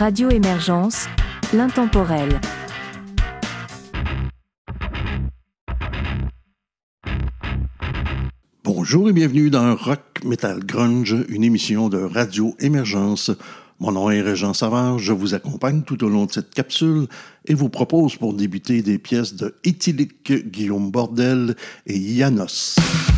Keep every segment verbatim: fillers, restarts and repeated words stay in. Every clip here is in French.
Radio Émergence, l'intemporel. Bonjour et bienvenue dans Rock Metal Grunge, une émission de Radio Émergence. Mon nom est Régent Savard, je vous accompagne tout au long de cette capsule et vous propose pour débuter des pièces de Éthylique, Guillaume Bordel et Janos.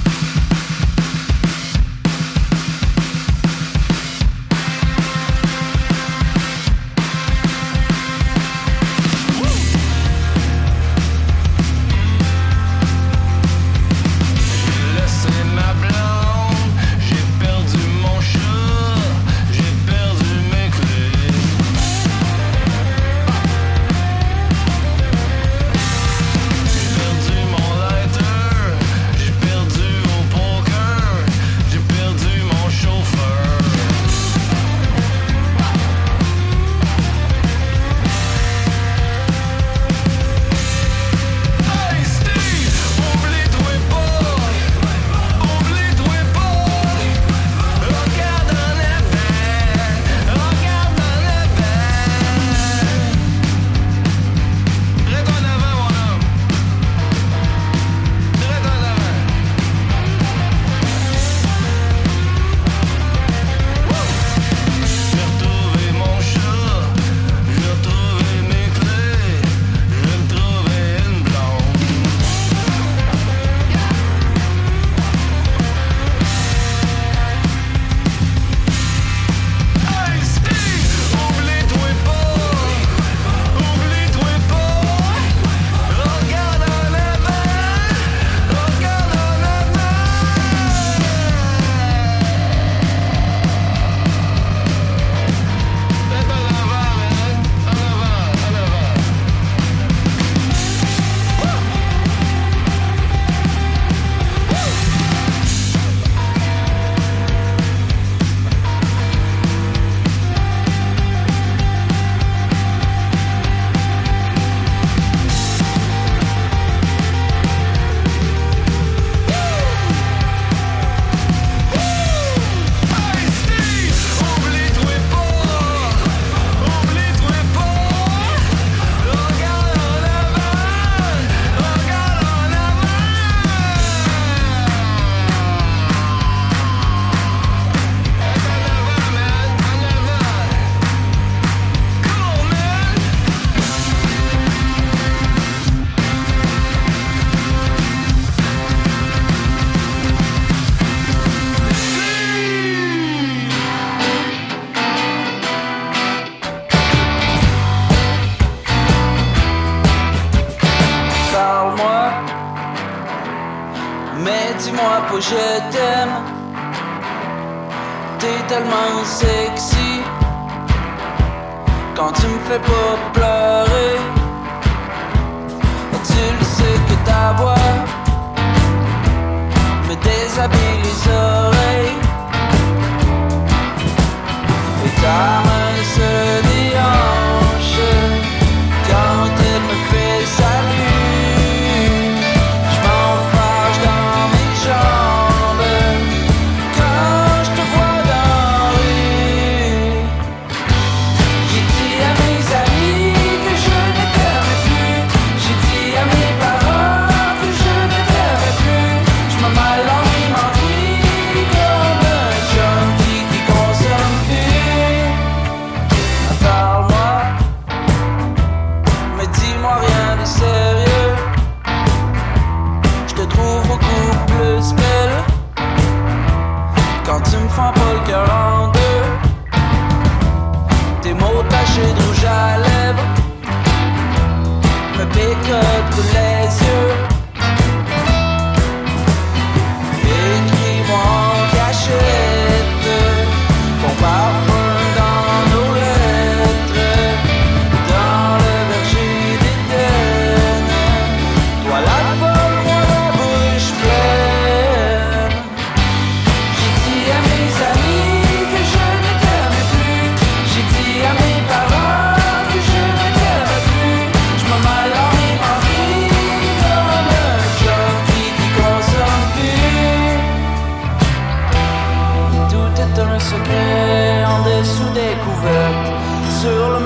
Je t'aime, t'es tellement sexy quand tu me fais pas pleurer. Tu le sais que ta voix me déshabille les oreilles et ta main se déhanche quand elle me fait salut. Fends pas le cœur en deux. Tes mots tachés de rouge à lèvres me picotent les yeux. Écris-moi en cachette ton parfum dans nos lettres, dans le verger d'Éden. Toi la folle, moi la bouche pleine. J'ai dit à mes amis que je ne t'aimais plus. J'ai dit à mes parents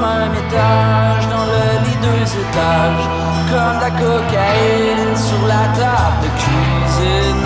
troisième étage, dans le lit deux étages, comme de la cocaïne sur la table de cuisine.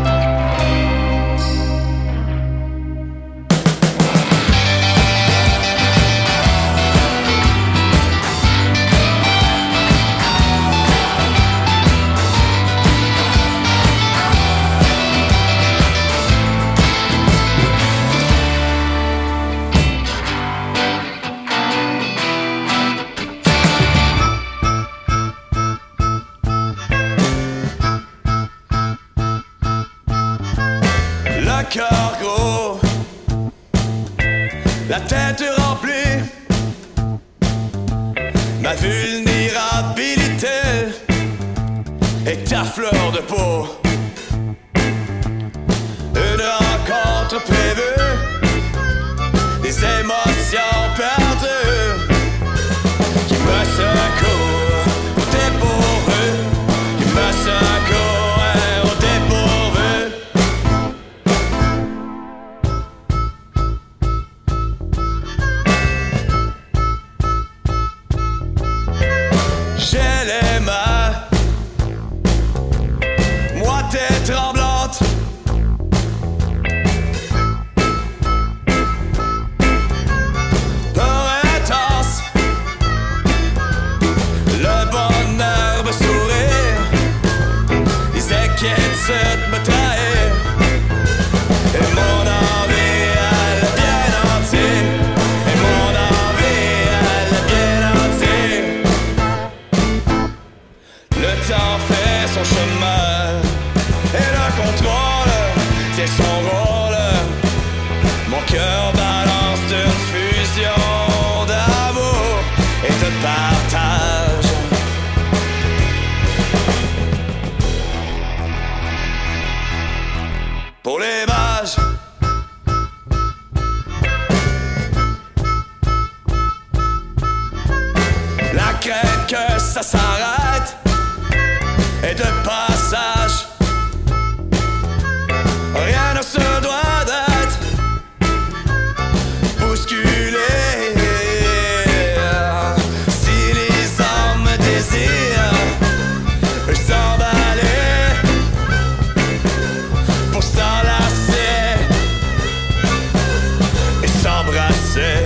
Cœur gros, la tête remplie, ma vulnérabilité est ta fleur de peau. Une rencontre prévue, des émotions perdues qui me secouent au dépourvu, qui me secouent au dépourvu. Tremblante, peur intense, le bonheur me sourire, les inquiétudes me trahissent, et mon envie elle est bien entière, et mon envie elle est bien entière. Le temps fait son chemin. Et le contrôle, c'est son rôle. Mon cœur balance d'une fusion d'amour et de partage. Pour les mages, la crainte que ça s'arrête est de passage. Rien ne se doit d'être bousculé. Si les hommes désirent s'emballer pour s'enlacer et s'embrasser.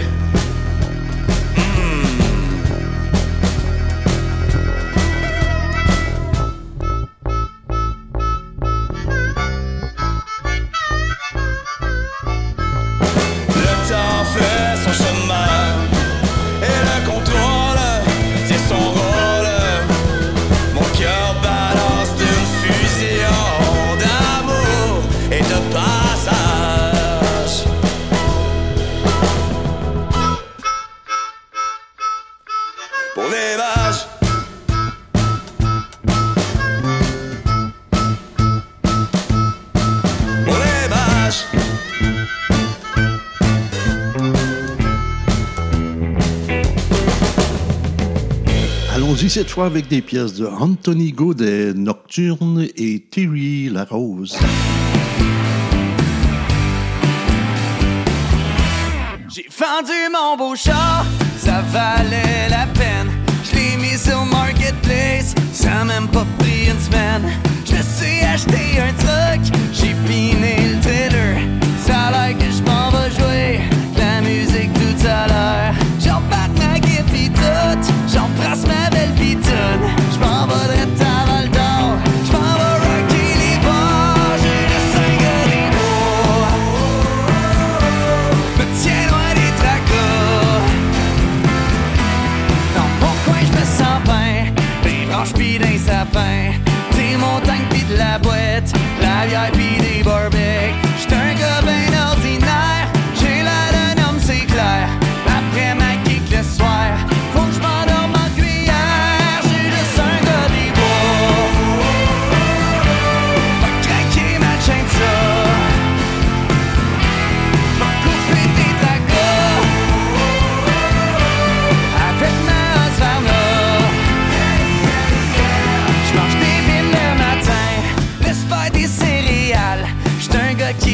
Allons-y cette fois avec des pièces de Anthony Godet, Nocturne et Thierry Larose. J'ai vendu mon beau char, ça valait la peine. Je l'ai mis sur Marketplace, ça a même pas pris une semaine. Je me suis acheté un truck, j'ai piné le trailer. Ça a l'air que je m'en vais jouer de la musique tout à l'heure. J'embarque ma guitare pis tout, j'embrasse ma belle pitoune. Je m'en vais direct à Val d'Or, je m'en vais rocker les bars. J'ai le cinq gars des bois, me tiens loin des tracas. Dans mon coin je me sens bien, des branches pis d'un sapin, des montagnes pis de la boîte, la bière pis des barbecues. J'suis un gars ben ordinaire, j'ai l'air d'un homme c'est clair. Après ma kick le soir, faut que j'm'endorme en cuillère. J'ai juste un gars des bois, va craquer ma chaîne de ça, va couper tes tracas avec ma Husqvarna. J'mange des billes le matin, laisse faire des céréales. J'suis un gars qui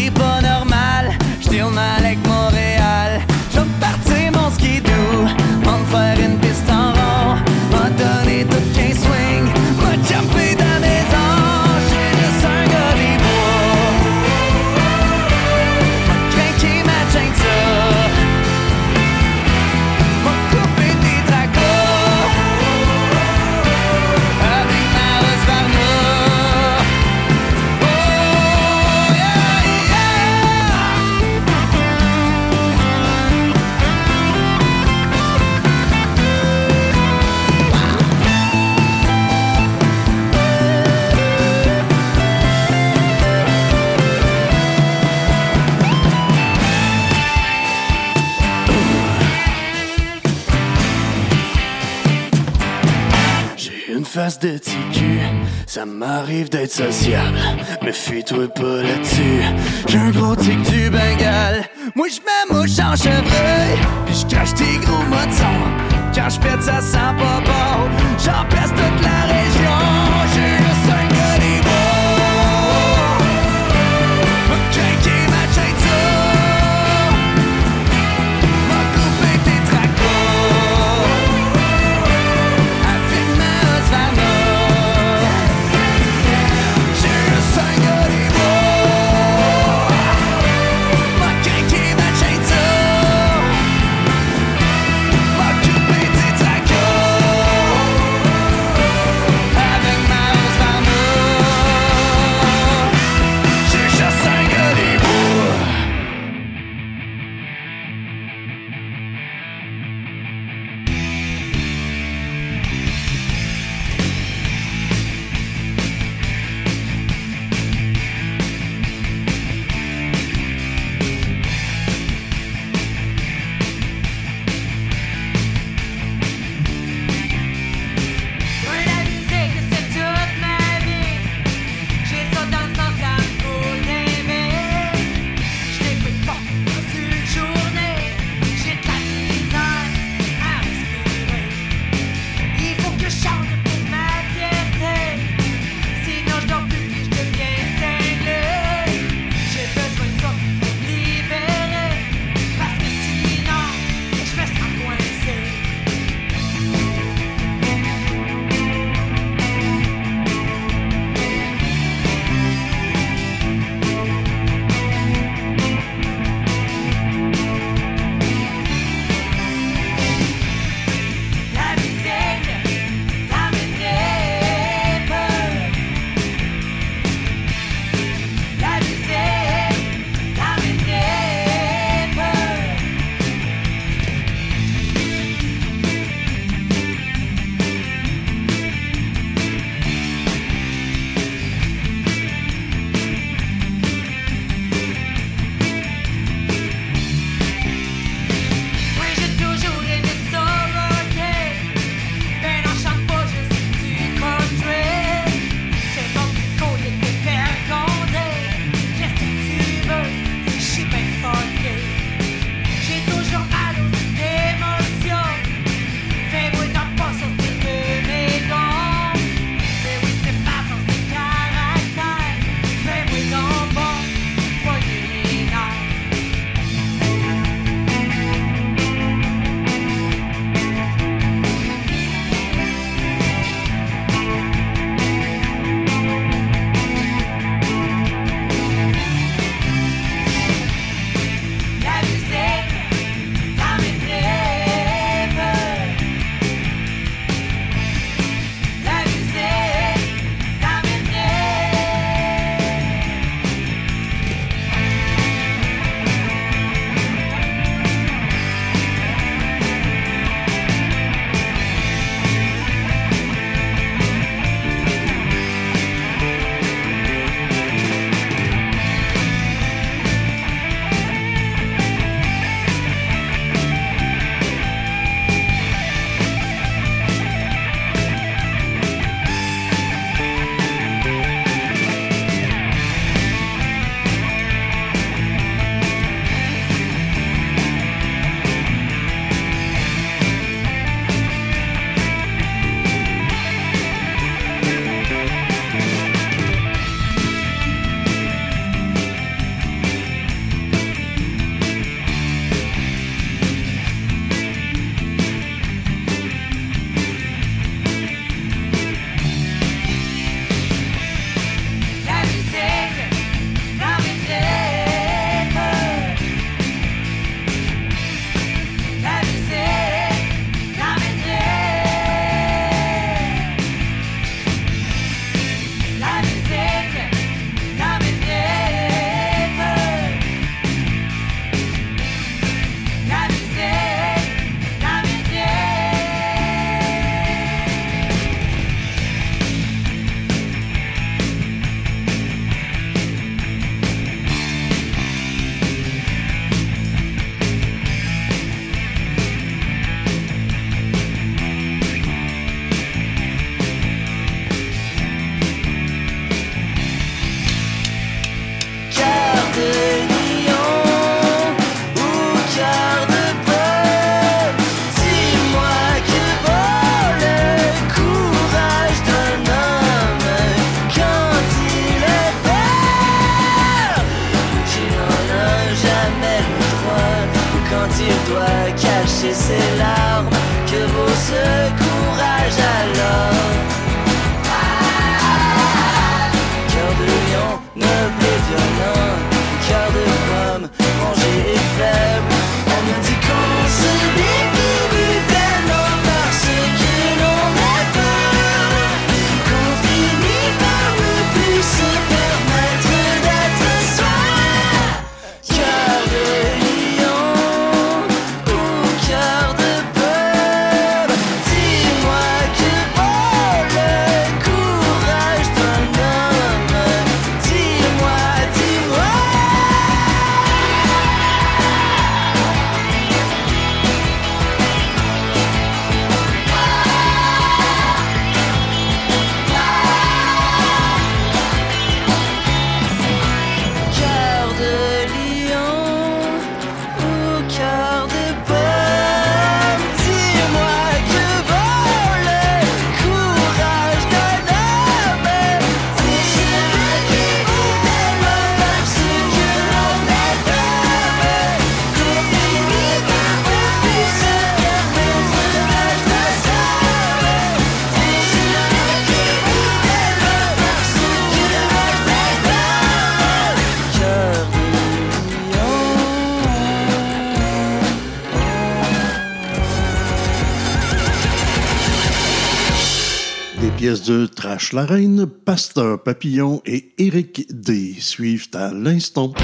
face de ticu, ça m'arrive d'être sociable, mais fuis-toi pas là-dessus. J'ai un gros tic du Bengale, moi j'mets mouche en chevreuil, pis j'cache tes gros moutons. Quand j'pète ça sent pas bon, j'empeste toute la région. J'ai juste un gars des mots, m'a craqué ma chainsaw, m'a coupé tes tracos avec ma Husqvarna. J'ai juste un gars des mots, m'a craqué ma chainsaw, m'a coupé tes tracos Les pièces de Trash la Reine, Pasteur Papillon et Éric D suivent à l'instant.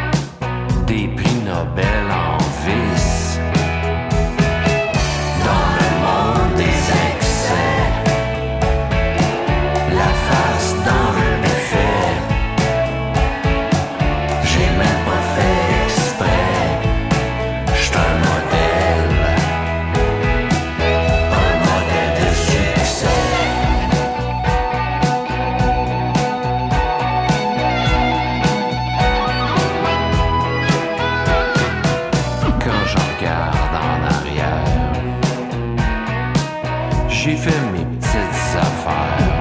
Des prix Nobel en vice. Dans J'ai fait mes petites affaires.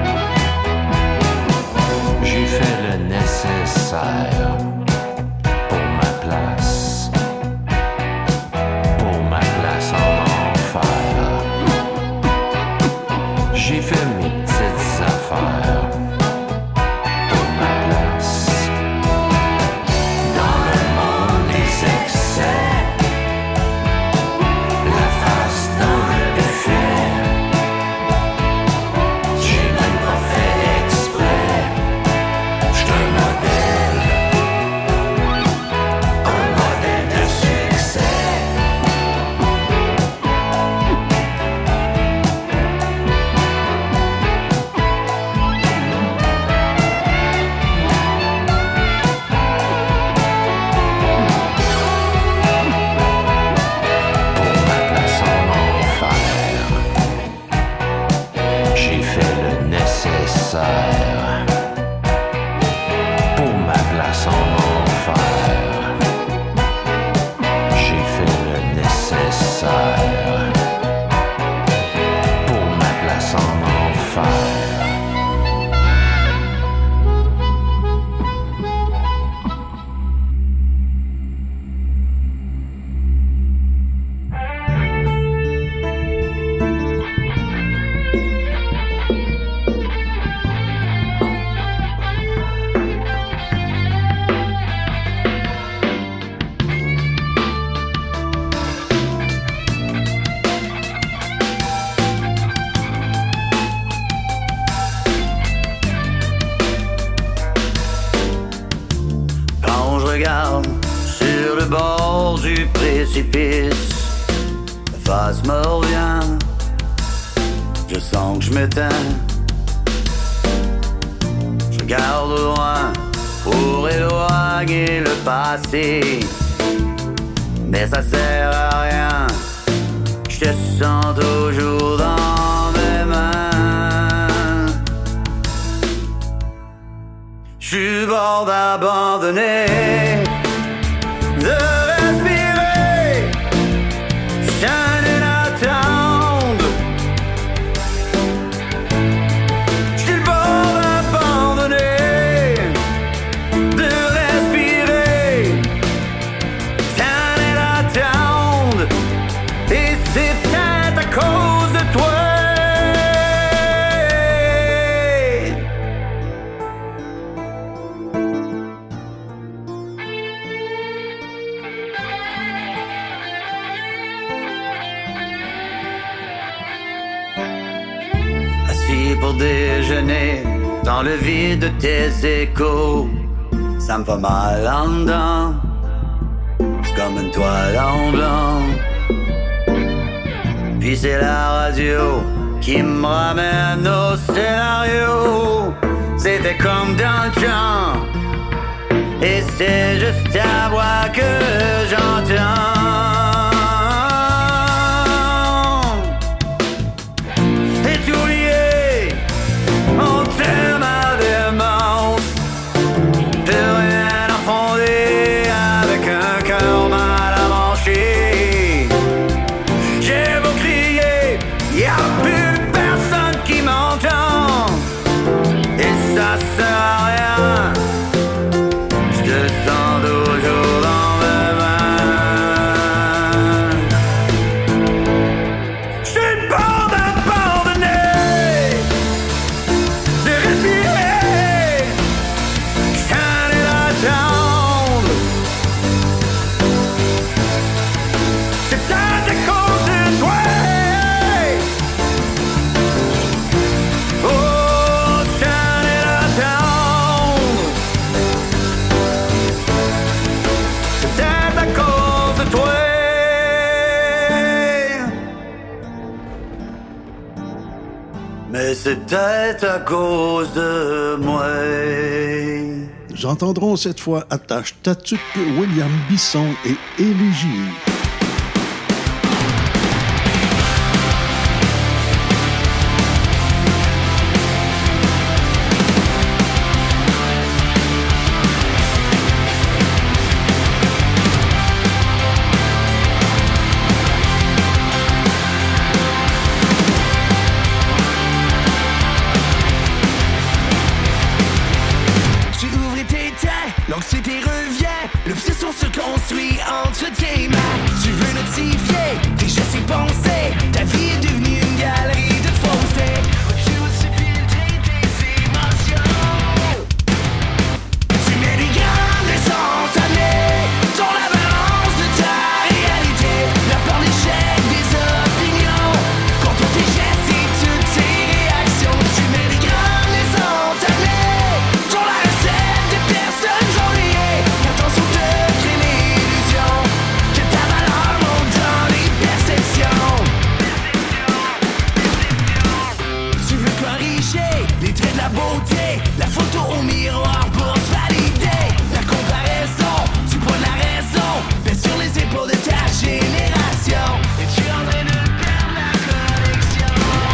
J'ai fait le nécessaire pour ma place. Pour ma place en enfer. J'ai fait mes petites affaires pour ma place. Dans le monde des excès, la face dans le buffet. J'ai même pas fait exprès. J'suis un modèle, un modèle de succès. Pour ma place en enfer, j'ai fait le nécessaire. Pour ma place en enfer, j'ai fait le nécessaire. Pour ma place en enfer. Quand je regarde sur le bord du précipice, la face me revient, je sens que je m'éteins. Je regarde au loin pour éloigner le passé, mais ça sert à rien, je te sens toujours dans mes mains. J'suis bord d'abandonner, de respirer, j'en attendre. J'suis le bord d'abandonner, de respirer, j'en attendre. Et c'est peut-être à cause de toi. Assis pour déjeuner dans le vide de tes échos, ça me fait mal en dedans, c'est comme une toile en blanc. Puis c'est la radio qui me ramène au scénario. C'était comme dans le temps, et c'est juste ta voix que j'entends. Et tu oublié, on t'aime à démence, plus rien à fonder avec un cœur mal à mancher. J'ai beau crier, y'a plus personne qui m'entend, et ça sert à rien, j'te sens toujours dans mes mains. J'suis bord d'abandonner, de respirer, j'en ai d'attendre. C'est peut-être à cause de toi. Oh, j'en ai d'attendre. C'est peut-être à cause de toi. Mais c'est peut-être à cause de moi. Nous entendrons cette fois Attache Tatuc, William Bisson et Élégie. Thank pensées. Ta vie est devenue une galerie de fausseté. Tu aussi filtrer tes émotions. Tu mets des grammes instantanés dans la balance de ta réalité. La peur d'échec des opinions contre tes gestes et toutes tes réactions. Tu mets des grammes instantanés dans la recette des personnes ennuyées. L'attention te crée l'illusion que ta valeur monte dans les perceptions. Tu veux corriger les traits de la beauté, la photo au miroir pour se valider. La comparaison, tu prends la raison, pèse sur les épaules de ta génération. Et tu es en train de perdre la connexion.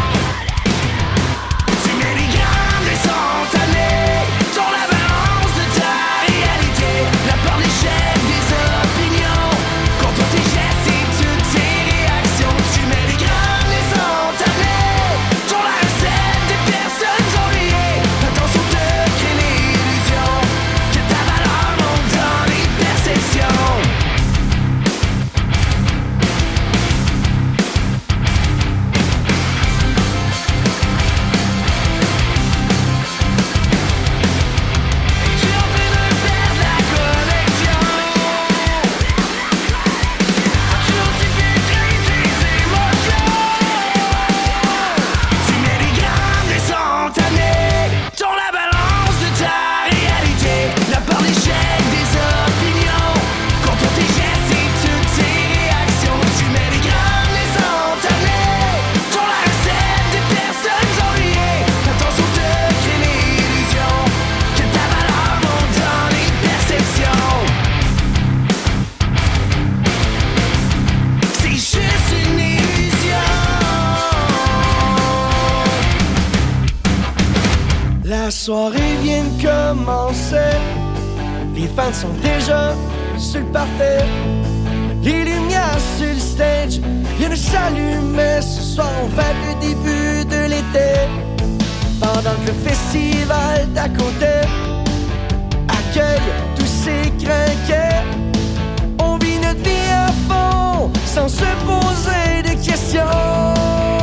Tu mets des grammes instantanés dans la balance de ta réalité. La peur d'échec des opinions contre tes gestes et toutes tes réactions. Tu mets des grammes instantanés dans la recette des personnes ennuyées. Attention te crée l'illusion que ta valeur monte dans les perceptions. Tu es en train de perdre la connexion. Tu aussi filtrer tes émotions. Tu mets des grammes instantanés dans la balance de ta réalité. La peur d'échec des opinions contre tes gestes et toutes tes réactions. Tu mets des grammes instantanés dans la recette des personnes ennuyées. Attention te crée l'illusion que ta valeur monte dans les perceptions. C'est juste une illusion. La soirée vient de commencer. Les fans sont déjà sur le parterre. Les lumières sur le stage viennent de s'allumer. Ce soir on fête le début de l'été. Pendant que le festival d'à côté accueille tous ces crinquets. On vit notre vie à fond sans se poser de questions.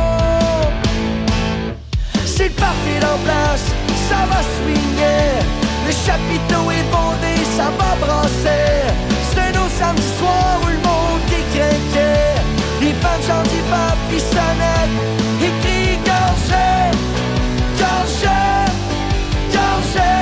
C'est le party en place, ça va swinguer. Le chapiteau est bondé, ça va brasser. C'est un autre samedi soir où le monde est craqué. Les fans chantent hip-hop, ils sonnettent et crient gorgé, gorgé, gorgé.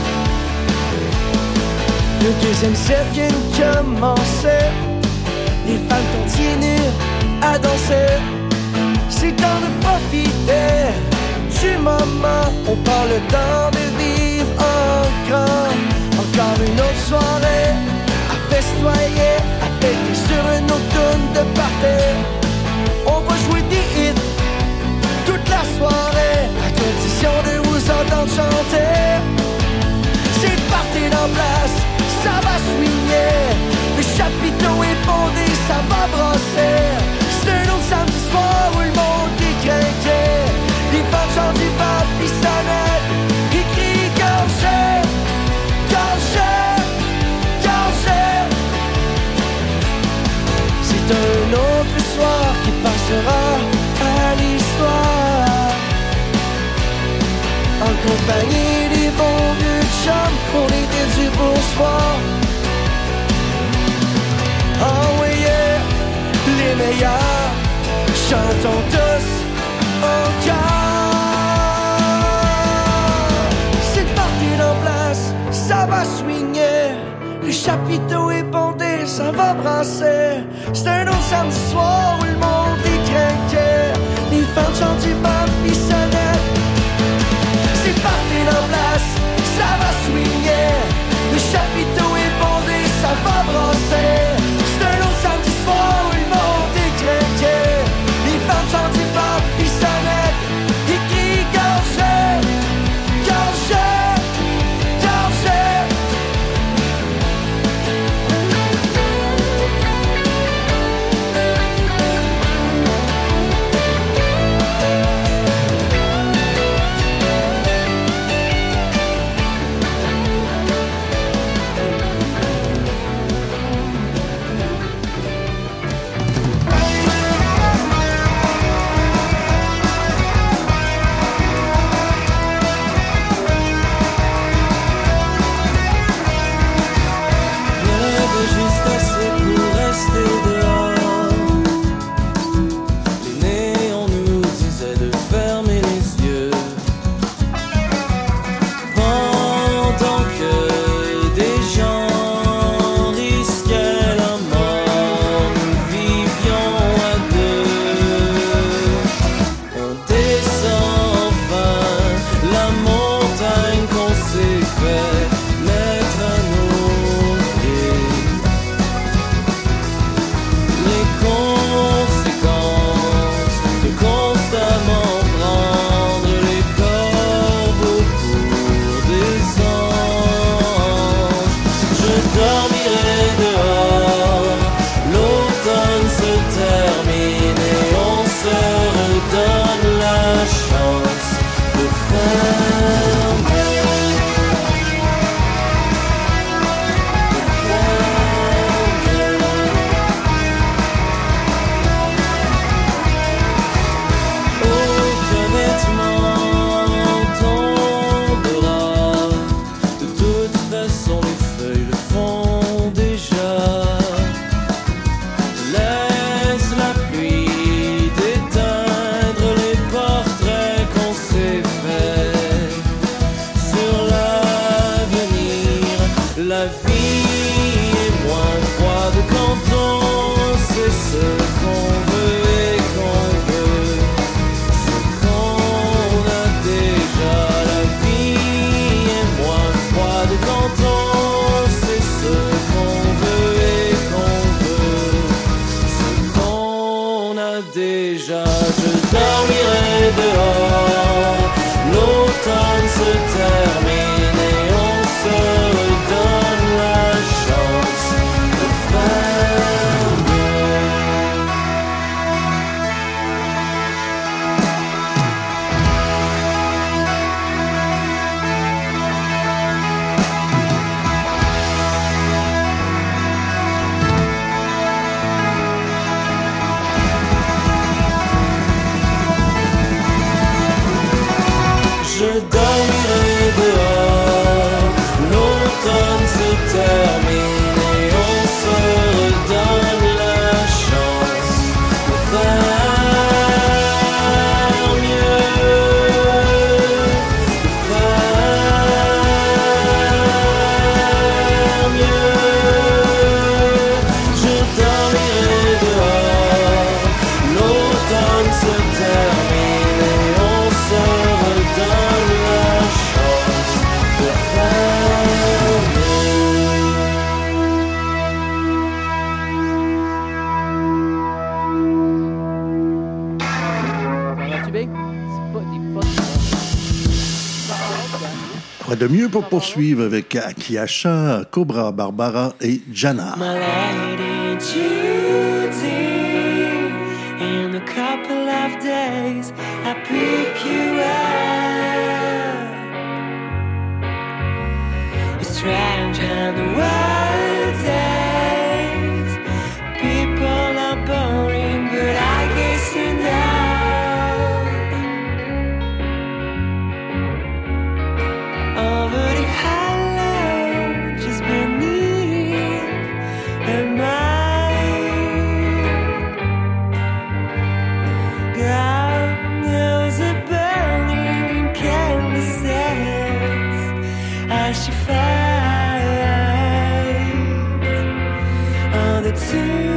Le deuxième set vient de commencer. Les fans continuent à danser. C'est temps de profiter du moment. On prend le temps de vivre en grand. Encore une autre soirée à festoyer, à fêter sur une automne de party. On va jouer des hits toute la soirée, à condition de vous entendre chanter. C'est le party en place, ça va swinguer. Le chapiteau est bondé, ça va brasser. C'est un autre samedi soir où le monde est craqué. Les fans chantent du pop, ils sonnettent, ils crient gorgé, gorgé, gorgé. C'est un autre soir qui passera à l'histoire. En compagnie des bons vieux chums, on était du bonsoir. Oh oui, yeah, les meilleurs, chantons tous en chœur. C'est le party en place, ça va swinguer. Le chapiteau est bondé, ça va brasser. C'est un autre samedi soir où le monde est craqué. Les fans chantent du pop, ils sonnettent. C'est le party en place, ça va swinguer. Le chapiteau est bondé, ça va brasser. C'est un autre samedi soir où le monde est craqué. Les fans chantent du pop, ils sonnettent. Ils crient gorgé, gorgé, gorgé. Quoi de mieux pour poursuivre avec Akiasha, Cobra Barbara et Jana. My lady Judy, in a couple of days I pick you up. A strange and wild days. People are boring, but I guess you know. Over the hollow, just beneath the mind. God knows a burning canvases as she fights on the tunes.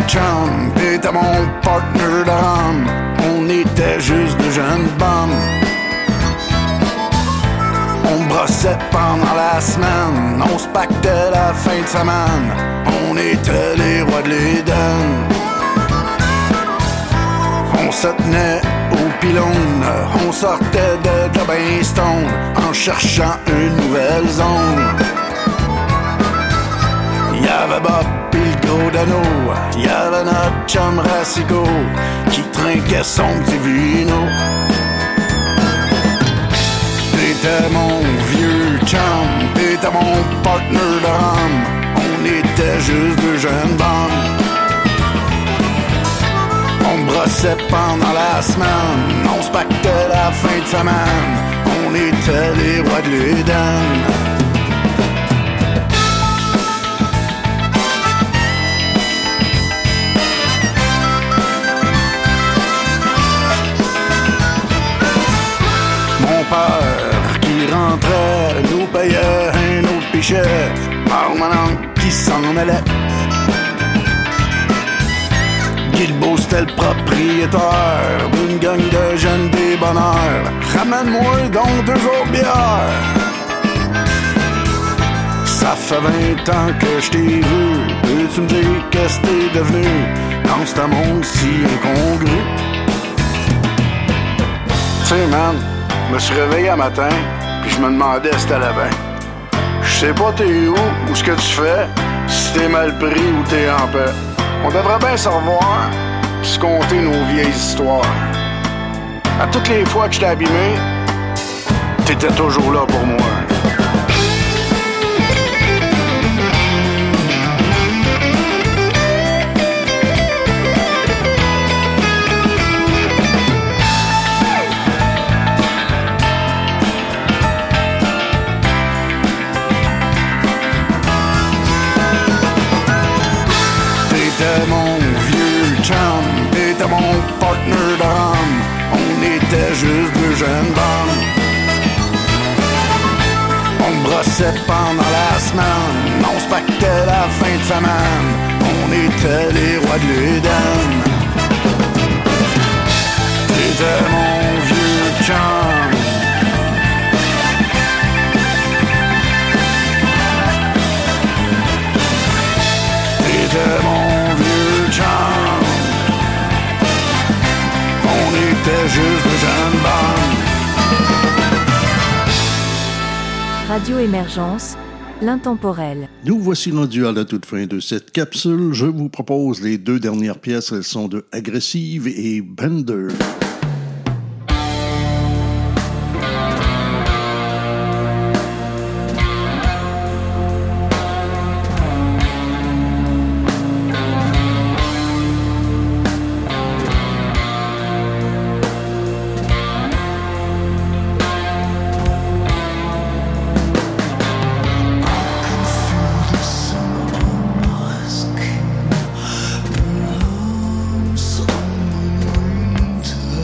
chums, t'étais mon partner de rhum. On était juste de jeunes bums. On brossait pendant la semaine, on se pactait la fin de semaine. On était les rois de l'Éden. On se tenait au pylône, on sortait de la Bainstone en cherchant une nouvelle zone. Y'avait Bob pis le gros Dano, y'avait notre chum Rassico qui trinquait son petit vino. T'étais mon vieux chum, t'étais mon partner de rhum. On était juste deux jeunes bums. On brossait pendant la semaine, on se pactait la fin de semaine. On était les rois de l'Éden. Mon père qui rentrait nous payait un autre pichet par mon oncle qui s'en allait. Guilbeault c'était le propriétaire d'une gang de jeunes débonnaires. Ramène-moi donc deux autres bières. Ça fait vingt ans que je t'ai vu. Peux-tu me dire qu'est-ce que t'es devenu dans ce monde si incongru? Tu sais, man, je me suis réveillé un matin puis je me demandais si t'allais bien. Je sais pas t'es où ou ce que tu fais, si t'es mal pris ou t'es en paix. On devrait bien se revoir, se conter nos vieilles histoires. À toutes les fois que je t'ai abîmé, t'étais toujours là pour moi. T'étais mon vieux chum, t'étais mon partner de rhum. On était juste deux jeunes bums. On brossait pendant la semaine, on se pactait la fin de semaine. On était les rois de l'Éden. T'étais mon vieux chum. T'étais mon vieux chum. On était juste de jeunes bums. Radio Émergence, l'intemporel. Nous voici rendus à la toute fin de cette capsule. Je vous propose les deux dernières pièces. Elles sont de Aggressive et Bender. Blooms on the winter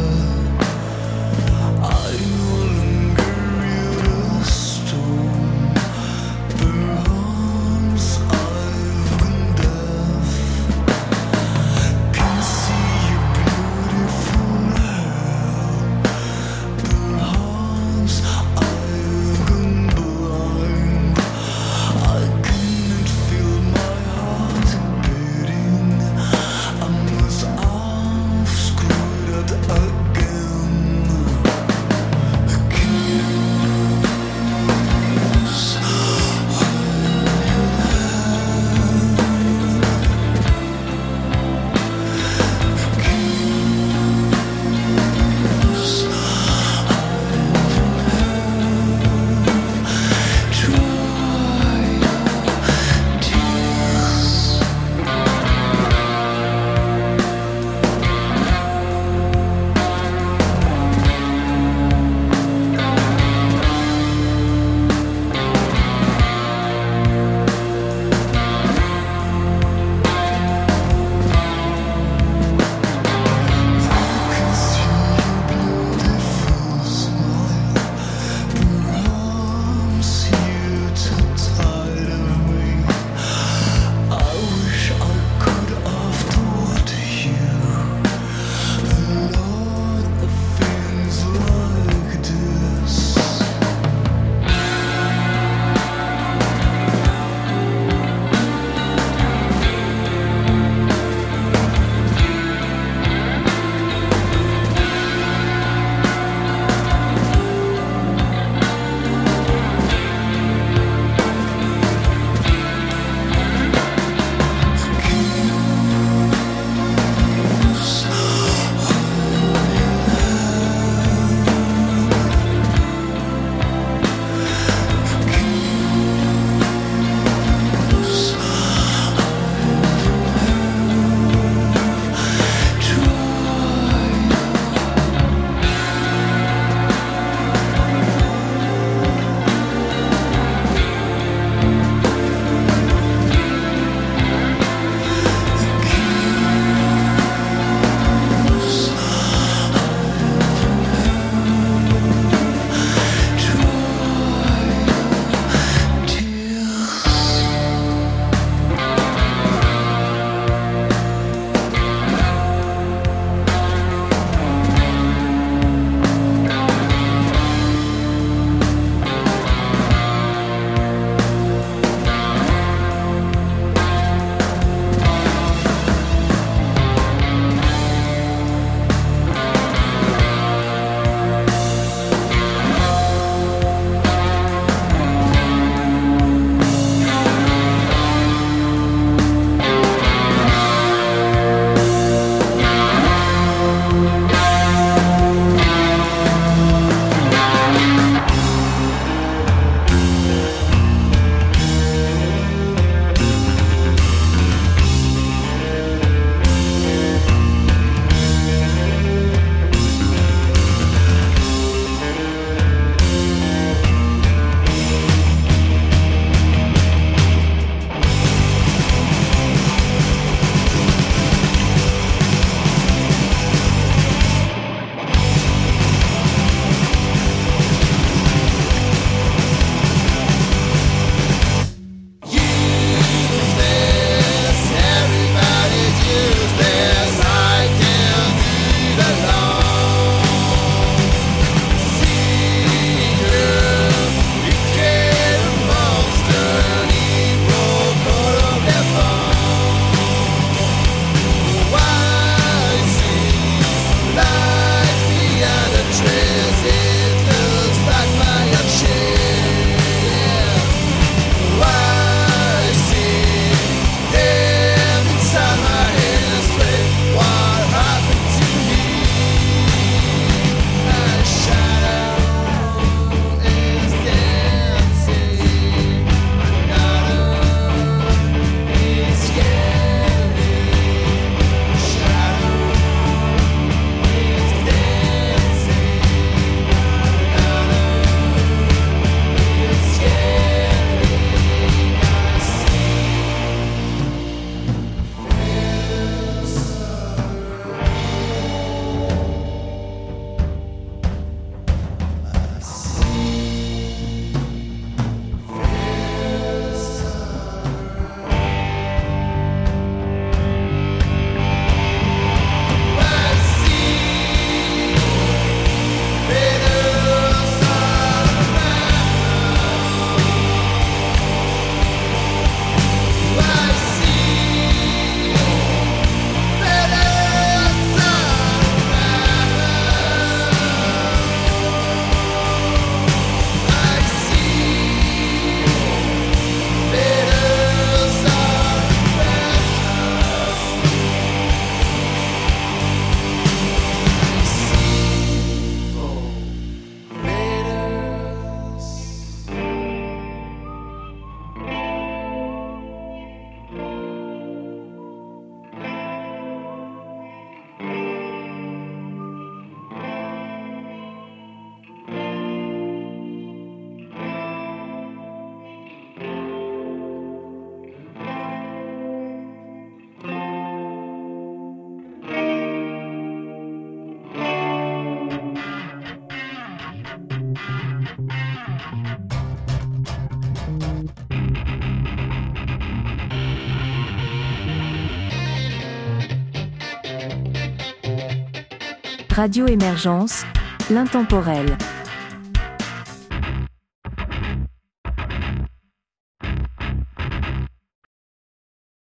Radio Émergence, l'intemporel.